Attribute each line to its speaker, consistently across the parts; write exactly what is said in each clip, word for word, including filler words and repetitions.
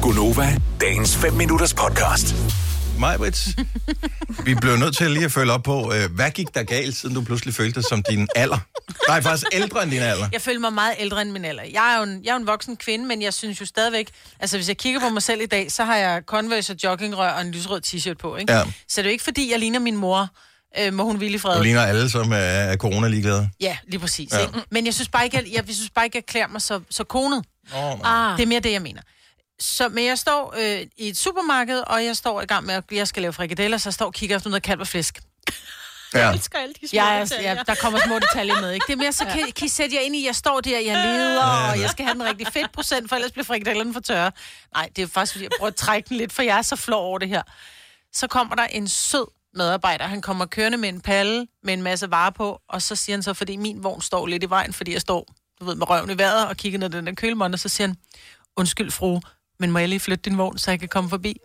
Speaker 1: Gunova, dagens fem minutters podcast.
Speaker 2: Majbrit, vi blev nødt til lige at følge op på, øh, hvad gik der galt, siden du pludselig følte dig som din alder? Nej, faktisk ældre end din alder.
Speaker 3: Jeg føler mig meget ældre end min alder. Jeg er jo en, jeg er jo en voksen kvinde, men jeg synes jo stadigvæk... Altså, hvis jeg kigger på mig selv i dag, så har jeg Converse og joggingrør og en lysrød t-shirt på, ikke?
Speaker 2: Ja.
Speaker 3: Så det er jo ikke, fordi jeg ligner min mor, øh, må hun hvile i fred.
Speaker 2: Du ligner alle, som er, er corona-ligeglade.
Speaker 3: Ja, lige præcis.
Speaker 2: Ja.
Speaker 3: Ikke? Men jeg synes bare ikke, jeg, jeg, jeg synes bare ikke, jeg klæder mig så, så konet.
Speaker 2: Oh,
Speaker 3: ah. Det er mere det, jeg mener. Så, men jeg står øh, i et supermarked, og jeg står i gang med, at jeg skal lave frikadeller, så jeg står og kigger efter noget kalv og flæsk.
Speaker 2: Ja.
Speaker 4: Jeg elsker alle de små
Speaker 3: Ja,
Speaker 4: detaljer.
Speaker 3: ja, der kommer små detaljer med, ikke? Det er mere, så kan, kan I sætte jer ind i, jeg står der, jeg leder, og jeg skal have den rigtig fedt procent, for ellers bliver frikadellerne for tørre. Nej, det er faktisk, fordi jeg prøver at trække den lidt, for jeg er så flov over det her. Så kommer der en sød medarbejder, han kommer kørende med en palle, med en masse varer på, og så siger han så, fordi min vogn står lidt i vejen, fordi jeg står, du ved, med røven i vejret, og kigger ned den der kølemånd, og så siger han, undskyld fru, men må jeg lige flytte din vogn, så jeg kan komme forbi?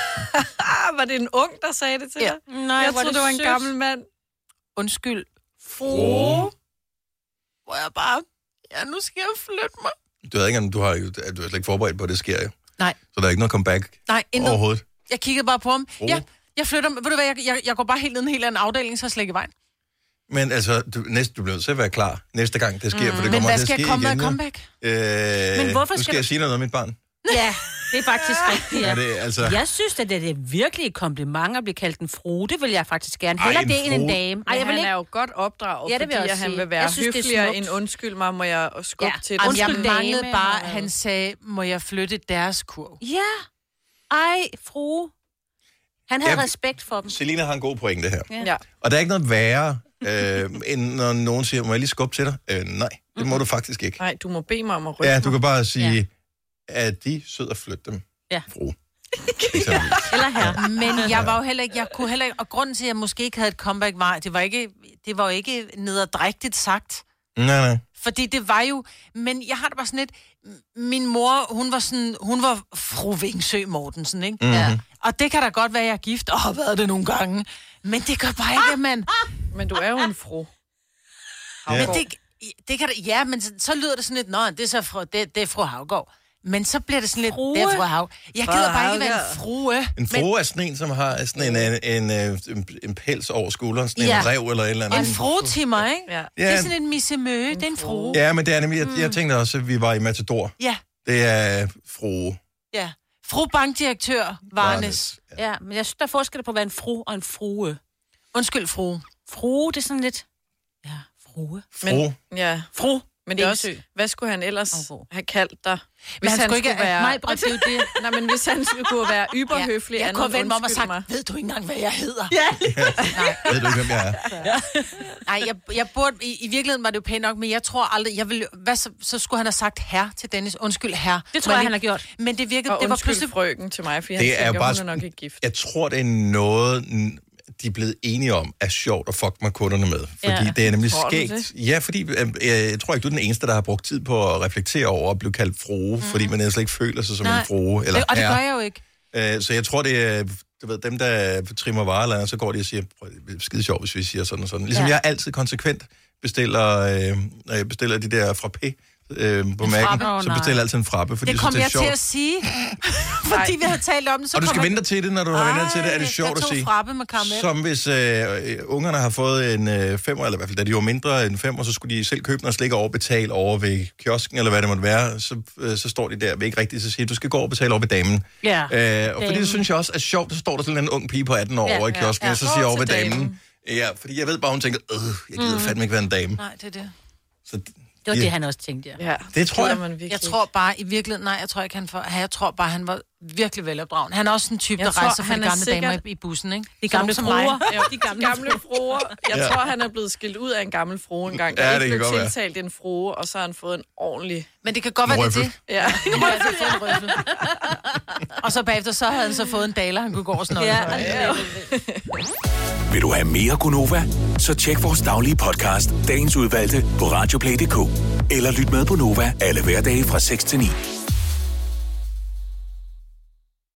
Speaker 4: Var det en ung, der sagde det til
Speaker 3: Ja.
Speaker 4: dig?
Speaker 3: Nej,
Speaker 4: jeg
Speaker 3: hvor
Speaker 4: troede,
Speaker 3: det
Speaker 4: det var en
Speaker 3: sødt.
Speaker 4: gammel mand.
Speaker 3: Undskyld, fru.
Speaker 2: Fru.
Speaker 3: Hvor jeg bare, ja, nu skal jeg flytte mig.
Speaker 2: Du ved ikke, om du har, du er slet ikke forberedt på, at det sker jo.
Speaker 3: Nej.
Speaker 2: Så der er ikke noget comeback
Speaker 3: Nej, intet.
Speaker 2: overhovedet.
Speaker 3: Jeg kiggede bare på ham.
Speaker 2: Fru.
Speaker 3: Ja, jeg flytter, ved du hvad, jeg, jeg, jeg går bare helt ned i en helt anden afdeling, så jeg slet ikke i vejen.
Speaker 2: Men altså, du, næste, du bliver nødt til at være klar næste gang, det sker, mm. for det
Speaker 3: Men
Speaker 2: kommer
Speaker 3: hvad
Speaker 2: til at
Speaker 3: skal
Speaker 2: ske
Speaker 3: jeg komme med
Speaker 2: igen.
Speaker 3: et comeback?
Speaker 2: Øh,
Speaker 4: Men hvorfor
Speaker 2: nu skal
Speaker 4: skal
Speaker 2: jeg
Speaker 4: du-
Speaker 2: sige noget om mit barn.
Speaker 4: Ja, det er faktisk rigtigt, ja.
Speaker 2: Er det, altså...
Speaker 5: Jeg synes, at det er virkelig et kompliment at blive kaldt en frue. Det vil jeg faktisk gerne.
Speaker 2: Ej,
Speaker 5: Heller
Speaker 2: en
Speaker 5: det end en
Speaker 2: frue.
Speaker 5: dame. Ej,
Speaker 4: Ej,
Speaker 5: jeg vil
Speaker 4: han
Speaker 5: ikke...
Speaker 4: er jo godt opdraget,
Speaker 5: Ja, det vil
Speaker 4: fordi
Speaker 5: jeg
Speaker 4: at
Speaker 5: også
Speaker 4: han
Speaker 5: sige.
Speaker 4: vil være
Speaker 5: Jeg synes, det er
Speaker 4: høfligere
Speaker 5: smukt.
Speaker 4: end undskyld mig, må jeg skubbe
Speaker 5: Ja.
Speaker 4: til
Speaker 3: Jamen,
Speaker 4: det.
Speaker 3: jeg
Speaker 5: Undskyld,
Speaker 3: manglede
Speaker 5: dame,
Speaker 3: bare,
Speaker 5: og-
Speaker 3: han sagde, må jeg flytte deres kurv?
Speaker 5: Ja. Ej, frue. Han havde
Speaker 2: Ja.
Speaker 5: respekt for dem.
Speaker 2: Selina har en god pointe her.
Speaker 4: Ja.
Speaker 2: Og der er ikke noget værre, øh, end når nogen siger, må jeg lige skubbe til dig? Øh, nej, det må du faktisk ikke.
Speaker 4: Nej, du må bede mig om at rykke
Speaker 2: Ja, du
Speaker 4: mig.
Speaker 2: kan bare sige,
Speaker 5: Ja.
Speaker 2: at de sød at flytte dem.
Speaker 5: Ja.
Speaker 2: Fru. Eksempelvis.
Speaker 5: Eller her.
Speaker 3: Men jeg var jo heller ikke, jeg kunne heller ikke, og grunden til, at jeg måske ikke havde et comeback, var, det var ikke, det var jo ikke nederdrægtigt sagt.
Speaker 2: Nej, nej.
Speaker 3: Fordi det var jo, men jeg har det bare sådan lidt, min mor, hun var sådan, hun var fru Vingsø Mortensen, ikke?
Speaker 2: Mhm.
Speaker 3: Ja. Og det kan da godt være, jeg er gift, og har været det nogle gange. Men det gør bare ikke, at man...
Speaker 4: Men du er jo en fru.
Speaker 2: Ja.
Speaker 3: Men det, det kan da, ja, men så, så lyder det sådan lidt, nå, det er så fru, det, det er fru Havgård. Men så bliver det sådan lidt,
Speaker 5: Frue?
Speaker 3: det er fru Hav. Jeg
Speaker 4: Fru
Speaker 3: gider bare ikke være
Speaker 4: Havgård.
Speaker 3: en frue.
Speaker 2: En frue er sådan en, som har sådan en, en, en, en, en pels over skulderen, sådan
Speaker 3: Ja.
Speaker 2: en rev eller et eller andet.
Speaker 3: En frue-timmer, ikke?
Speaker 4: Ja.
Speaker 3: Det er sådan en missemø, det er en frue.
Speaker 2: Ja, men det er nemlig, jeg, jeg tænkte også, at vi var i Matador.
Speaker 3: Ja,
Speaker 2: Det er frue.
Speaker 3: ja. Fru bankdirektør Varnes.
Speaker 5: Ja, men jeg synes, der er forskel på at være en fru og en frue.
Speaker 3: Undskyld, frue.
Speaker 5: Frue, det er sådan lidt... Ja, frue.
Speaker 2: Fru.
Speaker 4: Ja.
Speaker 3: Fru.
Speaker 4: Men det er
Speaker 3: Vingsø.
Speaker 4: også, hvad skulle han ellers
Speaker 5: Havgård.
Speaker 4: have kaldt dig?
Speaker 3: Men han skulle ikke
Speaker 4: være...
Speaker 3: Nej, og det er jo det.
Speaker 4: Nej, men hvis han skulle være yberhøflig,
Speaker 3: Jeg
Speaker 4: andet
Speaker 3: kunne
Speaker 4: end
Speaker 3: vende mig om og
Speaker 4: undskyld
Speaker 3: sagt,
Speaker 4: mig.
Speaker 3: ved du ikke engang, hvad jeg hedder?
Speaker 4: Ja,
Speaker 2: Ved du ikke, hvem jeg er?
Speaker 3: Nej, jeg, jeg burde, i, i virkeligheden var det jo pænt nok, men jeg tror aldrig, jeg ville, hvad så, så skulle han have sagt herre til Dennis. Undskyld, herre.
Speaker 5: Det tror jeg, han har gjort.
Speaker 3: Men det virkede,
Speaker 4: og
Speaker 3: det var
Speaker 4: undskyld
Speaker 3: pludselig...
Speaker 4: frøken til mig, fordi han
Speaker 2: Det er
Speaker 4: tænker,
Speaker 2: bare...
Speaker 4: hun er nok ikke gift.
Speaker 2: Jeg tror, det er noget, de er blevet enige om, er sjovt at fuck med kunderne med. Fordi
Speaker 5: Ja.
Speaker 2: det er nemlig
Speaker 4: Tror du
Speaker 2: skægt.
Speaker 4: det?
Speaker 2: Ja, fordi øh, jeg tror ikke, du er den eneste, der har brugt tid på at reflektere over at blive kaldt frue, mm. fordi man slet ikke føler sig som
Speaker 3: Nej.
Speaker 2: en frue. Eller
Speaker 3: Det, og det gør
Speaker 2: herre.
Speaker 3: jeg jo ikke.
Speaker 2: Øh, så jeg tror, det er du ved, dem, der trimmer varer eller andet, så går de og siger, "Prøv, det er skide sjovt, hvis vi siger sådan og sådan. Ligesom
Speaker 5: Ja.
Speaker 2: ja. jeg altid konsekvent bestiller, øh, når jeg bestiller de der frappé øh, på Mac'en,
Speaker 3: frappe?
Speaker 2: så bestiller jeg altid en frappe, fordi
Speaker 3: Det
Speaker 2: jeg
Speaker 3: kom
Speaker 2: synes, det er
Speaker 3: jeg til
Speaker 2: sjovt.
Speaker 3: at sige. Fordi vi havde talt om det, så
Speaker 2: Og du skal
Speaker 3: kom jeg-
Speaker 2: vente til det, når du har ventet til det, er det sjovt
Speaker 3: jeg
Speaker 2: at
Speaker 3: tog
Speaker 2: sige.
Speaker 3: frappe med karamel.
Speaker 2: Som hvis øh, ungerne har fået en øh, femmer, eller i hvert fald da de var mindre end femmer, så skulle de selv købe noget slik og overbetale over ved kiosken, eller hvad det måtte være. Så, øh, så står de der ved ikke rigtigt, så siger de, du skal gå over og betale over ved damen.
Speaker 5: Ja,
Speaker 2: Øh, og fordi
Speaker 5: damen.
Speaker 2: det synes jeg også er sjovt, så står der sådan en ung pige på atten år
Speaker 5: Ja,
Speaker 2: over i
Speaker 5: ja,
Speaker 2: kiosken,
Speaker 5: ja.
Speaker 2: og så siger jeg
Speaker 4: Gå
Speaker 2: over ved
Speaker 4: til
Speaker 2: damen.
Speaker 4: damen.
Speaker 2: Ja, fordi jeg ved bare, hun tænker, øh, jeg gider mm. fandme ikke være en dame.
Speaker 3: Nej, det er det.
Speaker 2: Så,
Speaker 5: Det var
Speaker 2: ja,
Speaker 5: det, han også tænkte, ja.
Speaker 4: Ja,
Speaker 2: Det tror
Speaker 4: gider
Speaker 2: jeg.
Speaker 4: Man virkelig
Speaker 3: Jeg tror bare i virkeligheden, nej, jeg tror ikke, han for, jeg tror bare, han var virkelig velopdragen. Han er også en type,
Speaker 4: Jeg
Speaker 3: der
Speaker 4: tror,
Speaker 3: rejser for
Speaker 4: han
Speaker 3: de
Speaker 4: er
Speaker 3: gamle
Speaker 4: sikkert-
Speaker 3: damer i, i bussen, ikke?
Speaker 5: De
Speaker 3: Så
Speaker 5: gamle
Speaker 3: nogen som mig.
Speaker 5: fruer.
Speaker 4: Ja, de gamle, gamle fruer. Jeg
Speaker 2: Ja.
Speaker 4: tror, han er blevet skilt ud af en gammel frue engang.
Speaker 2: Ja,
Speaker 4: Der
Speaker 2: det
Speaker 4: ikke
Speaker 2: kan
Speaker 4: blev
Speaker 2: godt være.
Speaker 4: tiltalt en frue, og så har han fået en ordentlig...
Speaker 3: Men det kan godt være, det er
Speaker 2: Røffel.
Speaker 3: det.
Speaker 4: Ja.
Speaker 3: Han har altid fået en røffel. Og så bagefter, så havde han så fået en daler, han kunne gå og sådan noget.
Speaker 5: Ja,
Speaker 3: Ja.
Speaker 1: Vil du have mere Gunova? Så tjek vores daglige podcast, dagens udvalgte, på radioplay punktum d k. Eller lyt med på Nova alle hverdage fra seks til ni.